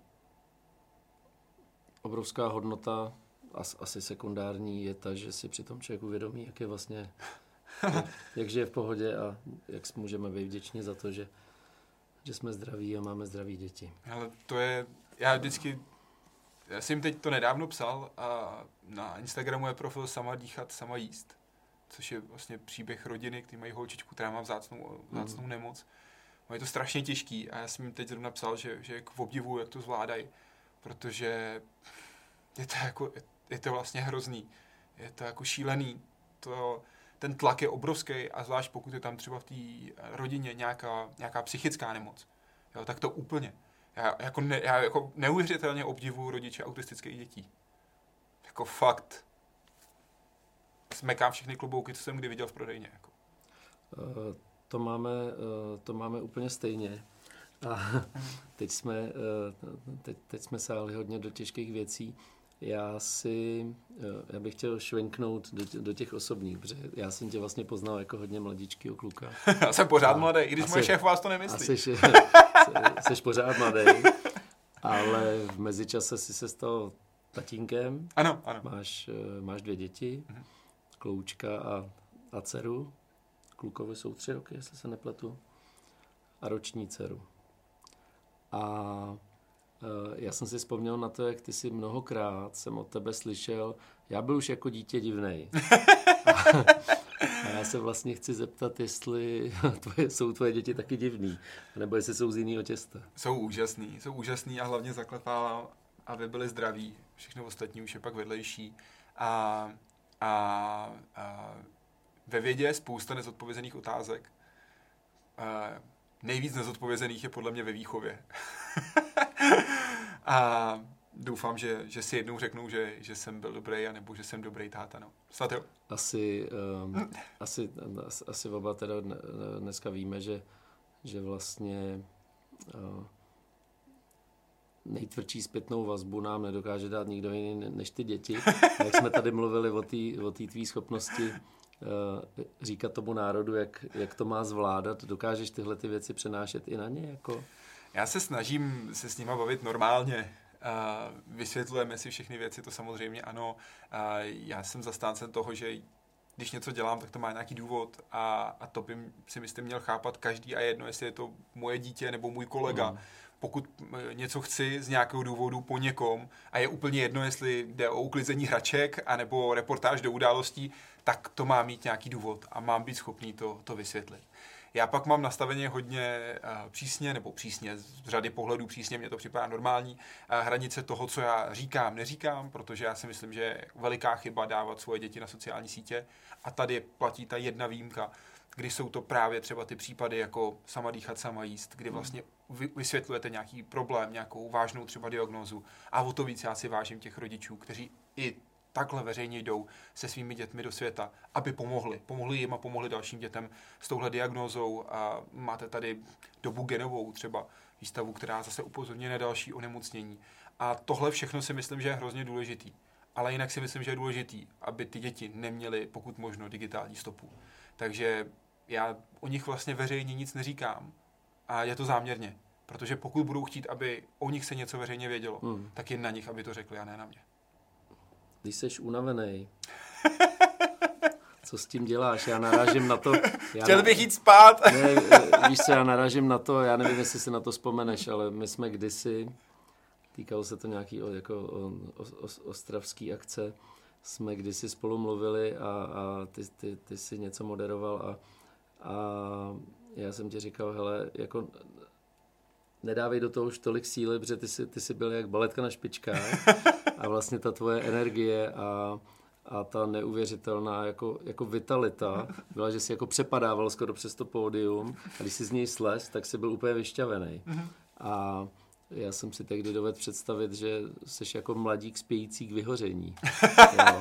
obrovská hodnota, as, asi sekundární, je ta, že si při tom člověk uvědomí, jak je vlastně, jak, jak žije v pohodě a jak můžeme být vděční za to, že, že jsme zdraví a máme zdraví děti. Ale to je, já vždycky, já jsem teď to nedávno psal a na Instagramu je profil Sama dýchat, sama jíst, což je vlastně příběh rodiny, který mají holčičku, která má vzácnou, vzácnou mm. nemoc. Je to strašně těžký a já jsem jim teď zrovna psal, že, že k obdivu, jak to zvládají, protože je to, jako, je to vlastně hrozný. Je to jako šílený. To, ten tlak je obrovský a zvlášť pokud je tam třeba v té rodině nějaká, nějaká psychická nemoc. Jo, tak to úplně. Já jako, ne, já jako neuvěřitelně obdivuju rodiče autistických dětí. Jako fakt. Smekám všechny klobouky, co jsem kdy viděl v prodejně. Jako. Uh, to, máme, uh, to máme úplně stejně. A teď jsme, uh, teď, teď jsme sáhli hodně do těžkých věcí. Já si, uh, já bych chtěl švenknout do, tě, do těch osobních, protože já jsem tě vlastně poznal jako hodně mladíčkýho kluka. Já jsem pořád mladý, i když můj šéf vás to nemyslí. Jsi, jsi pořád mladý, ale v mezičase jsi se stal tatínkem. Ano, ano. Máš, máš dvě děti, mhm. Kloučka a, a dceru. Klukovi jsou tři roky, jestli se nepletu. A roční dceru. A e, já jsem si vzpomněl na to, jak ty si mnohokrát jsem od tebe slyšel, já byl už jako dítě divnej. A, a já se vlastně chci zeptat, jestli tvoje, jsou tvoje děti taky divný, nebo jestli jsou z jiného těsta. Jsou úžasný, jsou úžasný a hlavně zaklepávám, aby byli zdraví. Všechno ostatní už je pak vedlejší. A, a, a ve vědě je spousta nezodpovězených otázek. nejvíc nezodpovězených je podle mě ve výchově. A doufám, že, že si jednou řeknou, že, že jsem byl dobrý, anebo že jsem dobrý táta. No. Snad jo. Asi, um, asi, asi oba teda dneska víme, že, že vlastně uh, nejtvrdší zpětnou vazbu nám nedokáže dát nikdo jiný než ty děti. Jak jsme tady mluvili o té o té tvý schopnosti uh, říkat tomu národu, jak, jak to má zvládat, dokážeš tyhle ty věci přenášet i na ně? Jako? Já se snažím se s nima bavit normálně. Uh, vysvětlujeme si všechny věci, to samozřejmě ano. Uh, já jsem zastáncem toho, že když něco dělám, tak to má nějaký důvod a, a to by si myslím měl chápat každý a jedno, jestli je to moje dítě nebo můj kolega. Mm. Pokud něco chci z nějakého důvodu po někom a je úplně jedno, jestli jde o uklizení hraček anebo reportáž do událostí, tak to má mít nějaký důvod a mám být schopný to, to vysvětlit. Já pak mám nastaveně hodně uh, přísně, nebo přísně, z řady pohledů přísně, mně to připadá normální, uh, hranice toho, co já říkám, neříkám, protože já si myslím, že je veliká chyba dávat svoje děti na sociální sítě a tady platí ta jedna výjimka, kdy jsou to právě třeba ty případy jako sama dýchat, sama jíst, kdy vlastně vy, vysvětlujete nějaký problém, nějakou vážnou třeba diagnózu a o to víc já si vážím těch rodičů, kteří i takhle veřejně jdou se svými dětmi do světa, aby pomohli. Pomohli jim a pomohli dalším dětem s touhle diagnózou. A máte tady dobu genovou třeba výstavu, která zase upozorňuje na další onemocnění. A tohle všechno si myslím, že je hrozně důležitý. Ale jinak si myslím, že je důležitý, aby ty děti neměly pokud možno digitální stopu. Takže já o nich vlastně veřejně nic neříkám. A je to záměrně. Protože pokud budou chtít, aby o nich se něco veřejně vědělo, hmm. tak je na nich, aby to řekli a ne na mě. Když jsi unavený, co s tím děláš? Já narážím na to... Já Chtěl bych jít spát. Ne, víš co, já narážím na to, já nevím, jestli si na to vzpomeneš, ale my jsme kdysi, týkalo se to nějaký jako o, o, o, ostravský akce, jsme kdysi spolu mluvili a, a ty, ty, ty si něco moderoval a, a já jsem ti říkal, hele, jako... nedávej do toho už tolik síly, protože ty jsi, ty jsi byl jak baletka na špičkách a vlastně ta tvoje energie a, a ta neuvěřitelná jako, jako vitalita byla, že jsi jako přepadával skoro přes to pódium a když jsi z něj slez, tak jsi byl úplně vyšťavený. A já jsem si tehdy dovedl představit, že jsi jako mladík spějící k vyhoření. Jo.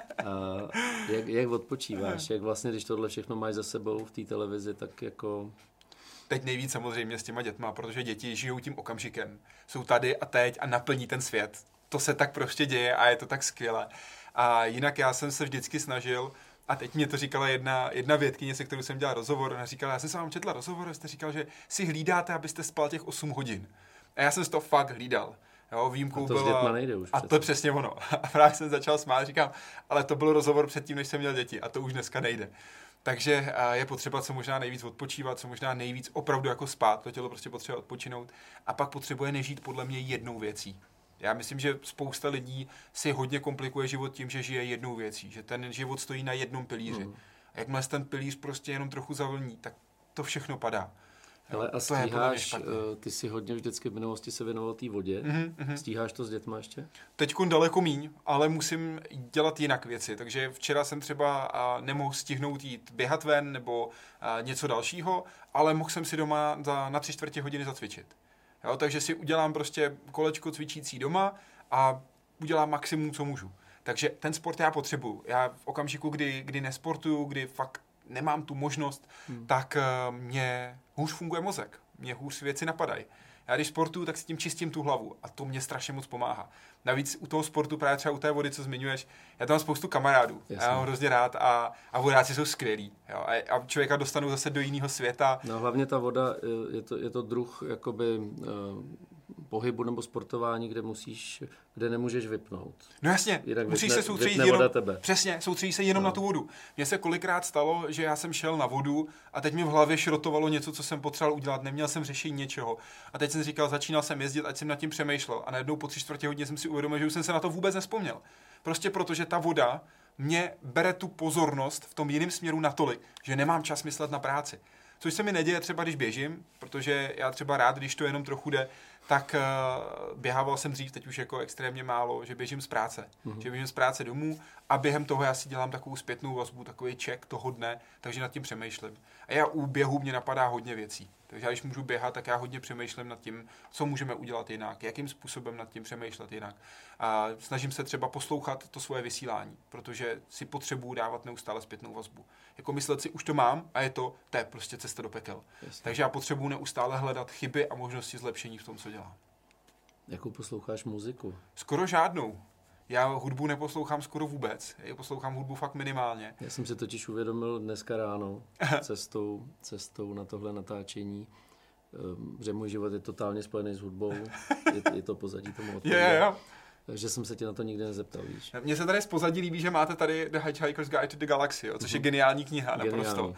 A jak, jak odpočíváš? Jak vlastně, když tohle všechno máš za sebou v té televizi, tak jako... Teď nejvíc samozřejmě s těma dětma, protože děti žijou tím okamžikem. Jsou tady a teď a naplní ten svět. To se tak prostě děje a je to tak skvělé. A jinak já jsem se vždycky snažil, a teď mě to říkala jedna, jedna vědkyně, se kterou jsem dělal rozhovor, ona říkala, já jsem se vám četla rozhovor, a jste říkal, že si hlídáte, abyste spal těch osm hodin. A já jsem si to fakt hlídal. Jo, výjimkou a to byla... s dětma nejde už. A to je přesně ono. A právě jsem začal smát, říkám, ale to byl rozhovor předtím, než jsem měl děti a to už dneska nejde. Takže je potřeba co možná nejvíc odpočívat, co možná nejvíc opravdu jako spát, to tělo prostě potřebuje odpočinout a pak potřebuje nežít podle mě jednou věcí. Já myslím, že spousta lidí si hodně komplikuje život tím, že žije jednou věcí, že ten život stojí na jednom pilíři. Mm. A jakmile ten pilíř prostě jenom trochu zavlní, tak to všechno padá. Ale a stíháš, ty si hodně vždycky v minulosti se věnoval té vodě, mm-hmm. stíháš to s dětma ještě? Teďkun daleko míň, ale musím dělat jinak věci, takže včera jsem třeba nemohl stihnout jít běhat ven nebo něco dalšího, ale mohl jsem si doma za, na tři čtvrtě hodiny zacvičit. Jo, takže si udělám prostě kolečko cvičící doma a udělám maximum, co můžu. Takže ten sport já potřebuju. Já v okamžiku, kdy, kdy nesportuju, kdy fakt nemám tu možnost, hmm. tak uh, mě hůř funguje mozek. Mě hůř věci napadají. Já když sportuju, tak si tím čistím tu hlavu a to mě strašně moc pomáhá. Navíc u toho sportu, právě třeba u té vody, co zmiňuješ, já tam mám spoustu kamarádů. Jasně. Já mám hrozně rád a, a vodáci jsou skvělí. Jo? A, a člověka dostanou zase do jiného světa. No hlavně ta voda, je to, je to druh jakoby uh, pohybu nebo sportování, kde musíš, kde nemůžeš vypnout. No jasně, Jinak musíš vypne, se soustředit jenom, tebe. Přesně, soustředit se jenom no. na tu vodu. Mně se kolikrát stalo, že já jsem šel na vodu a teď mi v hlavě šrotovalo něco, co jsem potřeboval udělat, neměl jsem řešení něčeho. A teď jsem říkal, začínal jsem jezdit, ať jsem nad tím přemýšlel a najednou po tři čtvrtě hodině jsem si uvědomil, že už jsem se na to vůbec nespomněl. Prostě protože ta voda mě bere tu pozornost v tom jiném směru natolik, že nemám čas myslet na práci. Což se mi neděje třeba, když běžím, protože já třeba rád, když to jenom trochu jde, tak uh, běhával jsem dřív, teď už jako extrémně málo, že běžím z práce. Mm-hmm. Že běžím z práce domů a během toho já si dělám takovou zpětnou vazbu, takový check toho dne, takže nad tím přemýšlím. A já u běhu mě napadá hodně věcí. Takže já, když můžu běhat, tak já hodně přemýšlím nad tím, co můžeme udělat jinak, jakým způsobem nad tím přemýšlet jinak. A snažím se třeba poslouchat to svoje vysílání, protože si potřebuju dávat neustále zpětnou vazbu. Jako myslet si, už to mám a je to, to je prostě cesta do pekel. Jasně. Takže já potřebuju neustále hledat chyby a možnosti zlepšení v tom, co dělám. Jakou posloucháš muziku? Skoro žádnou. Já hudbu neposlouchám skoro vůbec. Já poslouchám hudbu fakt minimálně. Já jsem si totiž uvědomil dneska ráno cestou, cestou na tohle natáčení, že můj život je totálně spojený s hudbou. Je, je to pozadí tomu odpovědět. Je, je. Takže jsem se tě na to nikdy nezeptal, víš. Mně se tady z pozadí líbí, že máte tady The Hitchhiker's Guide to the Galaxy, jo, což uh-huh. je geniální kniha, geniální. Naprosto.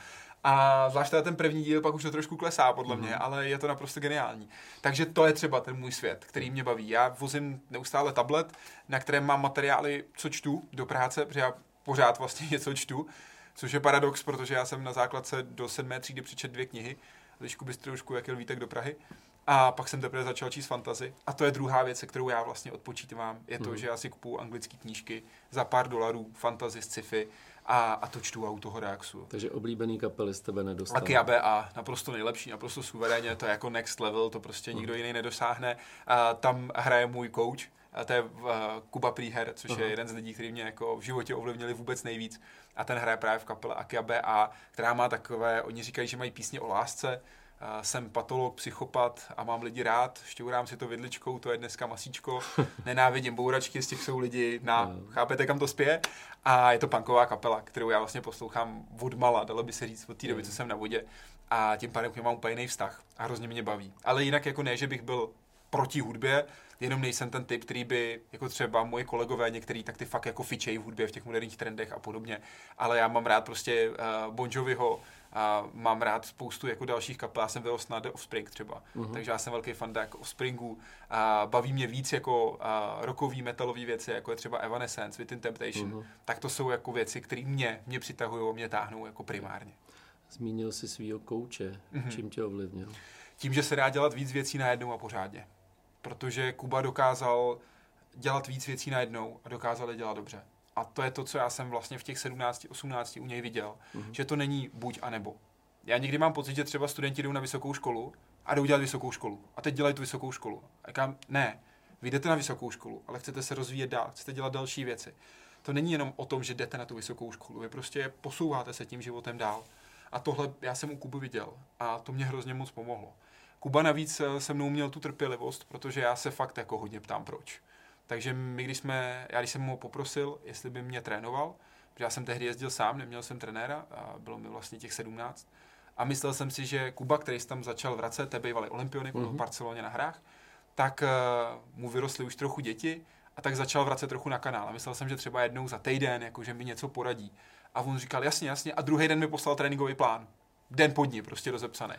A zvlášť ten první díl, pak už to trošku klesá, podle uh-huh. mě, ale je to naprosto geniální. Takže to je třeba ten můj svět, který mě baví. Já vozím neustále tablet, na kterém mám materiály, co čtu do práce, protože já pořád vlastně něco čtu, což je paradox, protože já jsem na základce do sedmé třídy přečet dvě knihy, Lišku Bystroušku, jak jel Vítek do Prahy. A pak jsem teprve začal číst fantasy. A to je druhá věc, se kterou já vlastně odpočítám. Je to, mm. že já si kupuju anglické knížky za pár dolarů, fantasy, sci-fi a, a to čtu a u toho relaxu. Takže oblíbený kapely z tebe nedostal. A K B A, naprosto nejlepší, naprosto suverénně, to je jako next level, to prostě mm. nikdo jiný nedosáhne. A tam hraje můj coach, a to je uh, Kuba Prýher, což uh-huh. je jeden z lidí, kteří mě jako v životě ovlivnili vůbec nejvíc. A ten hraje právě v kapele A K B A, která má takové, oni říkají, že mají písně o lásce. Uh, jsem patolog, psychopat a mám lidi rád, šťourám si to vidličkou, to je dneska masíčko, nenávidím bouračky, z těch jsou lidi, na, no. chápete, kam to spěje? A je to punková kapela, kterou já vlastně poslouchám od mala, dalo by se říct od té doby, co jsem na vodě. A tím pádem mám úplně jiný vztah a hrozně mě baví. Ale jinak jako ne, že bych byl proti hudbě, jenom nejsem ten typ, který by, jako třeba moje kolegové některý, tak ty fakt jako fičejí v hudbě v těch moderních trendech a podobně. Ale já mám rád prostě uh, Bon Joviho, a mám rád spoustu jako dalších kapel, já jsem vyrost na The Offspring třeba, uh-huh. takže já jsem velký fan jako Offspringu a baví mě víc jako uh, rockový, metalový věci, jako je třeba Evanescence, Within Temptation, uh-huh. tak to jsou jako věci, které mě, mě přitahují, mě táhnou jako primárně. Zmínil jsi svýho kouče, uh-huh. čím tě ovlivnil? Tím, že se dá dělat víc věcí najednou a pořádně. Protože Kuba dokázal dělat víc věcí najednou a dokázal je dělat dobře. A to je to, co já jsem vlastně v těch sedmnácti osmnácti u něj viděl. Mm-hmm. Že to není buď a nebo. Já někdy mám pocit, že třeba studenti jdou na vysokou školu a jdou dělat vysokou školu. A teď dělají tu vysokou školu. A říkám, ne, vy jdete na vysokou školu, ale chcete se rozvíjet dál, chcete dělat další věci. To není jenom o tom, že jdete na tu vysokou školu. Vy prostě posouváte se tím životem dál. A tohle já jsem u Kuby viděl. A to mě hrozně moc pomohlo. Kuba navíc se mnou měl tu trpělivost, protože já se fakt jako hodně ptám proč. Takže my, když jsme, já když jsem ho poprosil, jestli by mě trénoval, protože já jsem tehdy jezdil sám, neměl jsem trenéra, a bylo mi vlastně těch sedmnáct. A myslel jsem si, že Kuba, který se tam začal vracet, té bývalý olympiony mm-hmm. v Barceloně na hrách, tak uh, mu vyrostly už trochu děti a tak začal vracet trochu na kanál. A myslel jsem, že třeba jednou za týden, jako, že mi něco poradí. A on říkal, jasně, jasně. A druhý den mi poslal tréninkový plán. Den po dní, prostě rozepsaný.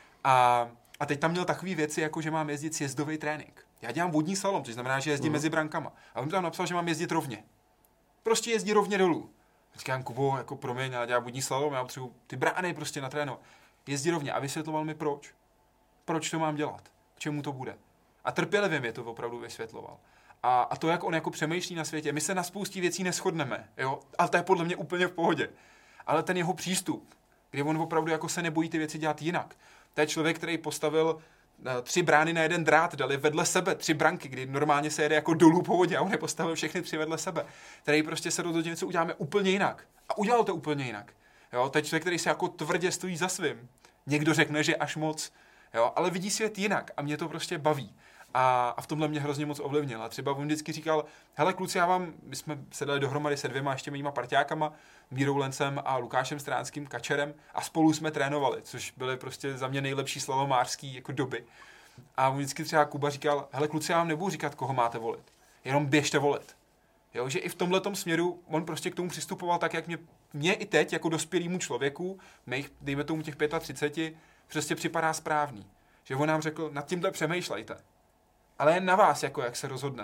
A A teď tam měl takové věci, jako že mám jezdit sjezdový trénink. Já dělám vodní slalom, což znamená, že jezdím mm. mezi brankama. A on mi tam napsal, že mám jezdit rovně. Prostě jezdí rovně dolů. Říkám, Kubo, jako promiň, já dělám vodní slalom, já potřebuji ty brány prostě natrénovat. Jezdí rovně. A vysvětloval mi proč. Proč to mám dělat? K čemu to bude? A trpělivě mi to opravdu vysvětloval. A, a to, jak on jako přemýšlí na světě. My se na spoustě věcí neshodneme, jo? Ale to je podle mě úplně v pohodě. Ale ten jeho přístup, kdy on opravdu jako se nebojí ty věci dělat jinak. To je člověk, který postavil tři brány na jeden drát, dali vedle sebe tři branky, kdy normálně se jede jako dolů po vodě a on je postavil všechny tři vedle sebe. Který prostě se rozhodl, něco uděláme úplně jinak. A udělal to úplně jinak. Jo, to je člověk, který se jako tvrdě stojí za svým. Někdo řekne, že až moc, jo, ale vidí svět jinak a mě to prostě baví. A, a v tomhle mě hrozně moc ovlivnil. A třeba on vždycky říkal, hele kluci, já vám, my jsme se dali dohromady se dvěma ještě mýma parťákama, Mírou Lencem a Lukášem Stránským Kačerem a spolu jsme trénovali, což byly prostě za mě nejlepší slalomářský jako doby. A on vždycky třeba Kuba říkal, hele kluci, já vám nebudu říkat, koho máte volit, jenom běžte volit. Jo, že i v tomhletom směru on prostě k tomu přistupoval tak, jak mě, mě i teď jako dospělýmu člověku, mých, dejme tomu těch třicet pět, prostě připadá správný. Že on nám řekl, nad tímhle přemýšlejte. Ale jen na vás, jako jak se rozhodnete.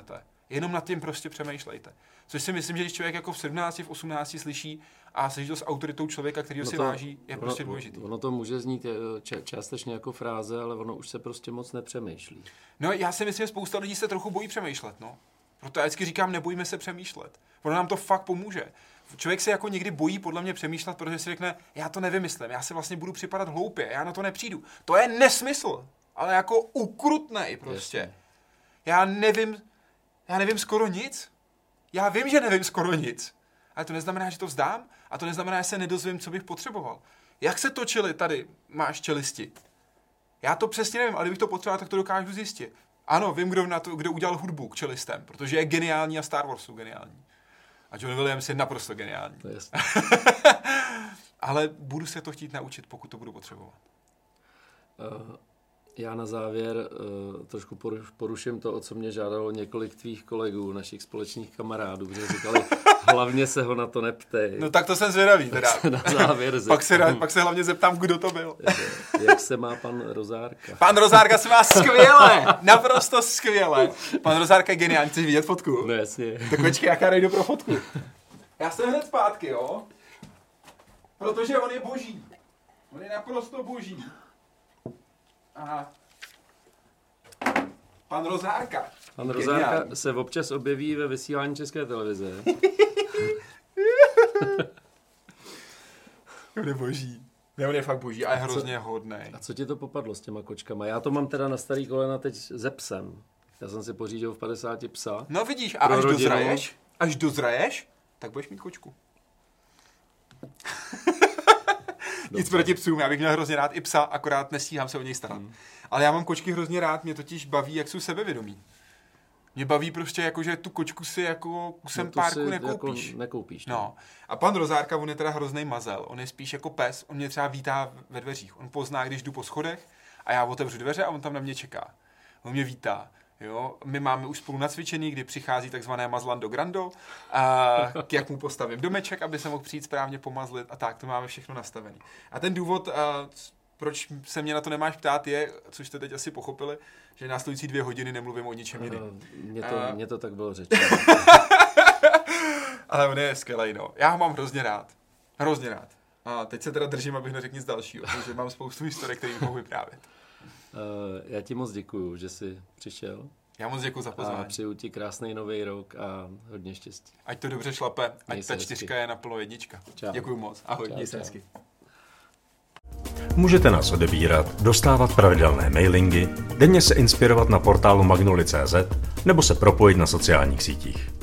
Jenom nad tím prostě přemýšlejte. Což si myslím, že když člověk jako v sedmnácti, v osmnácti slyší a slyší to s autoritou člověka, který ho no si to, váží, je ono, prostě důležitý. Ono to může znít ča- částečně jako fráze, ale ono už se prostě moc nepřemýšlí. No já si myslím, že spousta lidí se trochu bojí přemýšlet, no. Proto já vždycky říkám, nebojíme se přemýšlet. Ono nám to fakt pomůže. Člověk se jako někdy bojí podle mě přemýšlet, protože si řekne, já to nevymyslím, já si vlastně budu připadat hloupě, já na to nepřijdu. To je nesmysl, ale jako ukrutnej prostě. Jasně. Já nevím, já nevím skoro nic. Já vím, že nevím skoro nic. Ale to neznamená, že to vzdám a to neznamená, že se nedozvím, co bych potřeboval. Jak se točili tady máš čelisti? Já to přesně nevím, ale kdybych to potřeboval, tak to dokážu zjistit. Ano, vím, kdo, na to, kdo udělal hudbu k čelistem, protože je geniální a Star Wars jsou geniální. A John Williams je naprosto geniální. To je jasný. Ale budu se to chtít naučit, pokud to budu potřebovat. Uh, já na závěr uh, trošku poruším to, o co mě žádalo několik tvých kolegů, našich společných kamarádů, protože říkali, hlavně se ho na to neptej. No tak to jsem zvědavý teda. Na závěr pak, se, pak se hlavně zeptám, kdo to byl. Jak se má pan Rozárka? Pan Rozárka se má skvěle, naprosto skvěle. Pan Rozárka je geniální, chceš vidět fotku? No jasně. Tak počkej, jaká nejdu pro fotku. Já jsem hned zpátky, jo? Protože on je boží. On je naprosto boží. Aha. Pan Rozárka. Pan Rozárka se občas objeví ve vysílání České televize. On je boží. Ne, on je fakt boží a je hrozně co, hodnej. A co ti to popadlo s těma kočkama? Já to mám teda na starý kolena teď ze psem. Já jsem si pořídil v padesáti psa. No vidíš, a až rodinu. dozraješ, až dozraješ, tak budeš mít kočku. Nic proti psům, já bych měl hrozně rád i psa, akorát nestíhám se o něj starat. Hmm. Ale já mám kočky hrozně rád, mě totiž baví, jak jsou sebevědomí. Mě baví prostě jako, že tu kočku si jako kusem no párku nekoupíš. Jako nekoupíš no. no. A pan Rozárka, on je teda hroznej mazel, on je spíš jako pes, on mě třeba vítá ve dveřích. On pozná, když jdu po schodech a já otevřu dveře a on tam na mě čeká. On mě vítá. Jo, my máme už spolu nacvičený, kdy přichází takzvané mazlando grando, a jak mu postavím domeček, aby se mohl přijít správně pomazlit a tak, to máme všechno nastavený. A ten důvod, a proč se mě na to nemáš ptát, je, což jste teď asi pochopili, že následující dvě hodiny nemluvím o ničem jiným. Mně to, a... to tak bylo řečeno. Ale on je skvělej, no. Já ho mám hrozně rád. Hrozně rád. A teď se teda držím, abych neřekl nic dalšího, protože mám spoustu historiek, které mohu vyprávět. Uh, já ti moc děkuju, že jsi přišel. Já moc děkuju za pozvání. A přeju ti krásný nový rok a hodně štěstí. Ať to dobře šlape, ať ta čtyřka je naplno jednička. Čau. Děkuju moc. Ahoj, čau, měj se čau. hezky. Můžete nás odebírat, dostávat pravidelné mailingy, denně se inspirovat na portálu magnoli tečka cé zet nebo se propojit na sociálních sítích.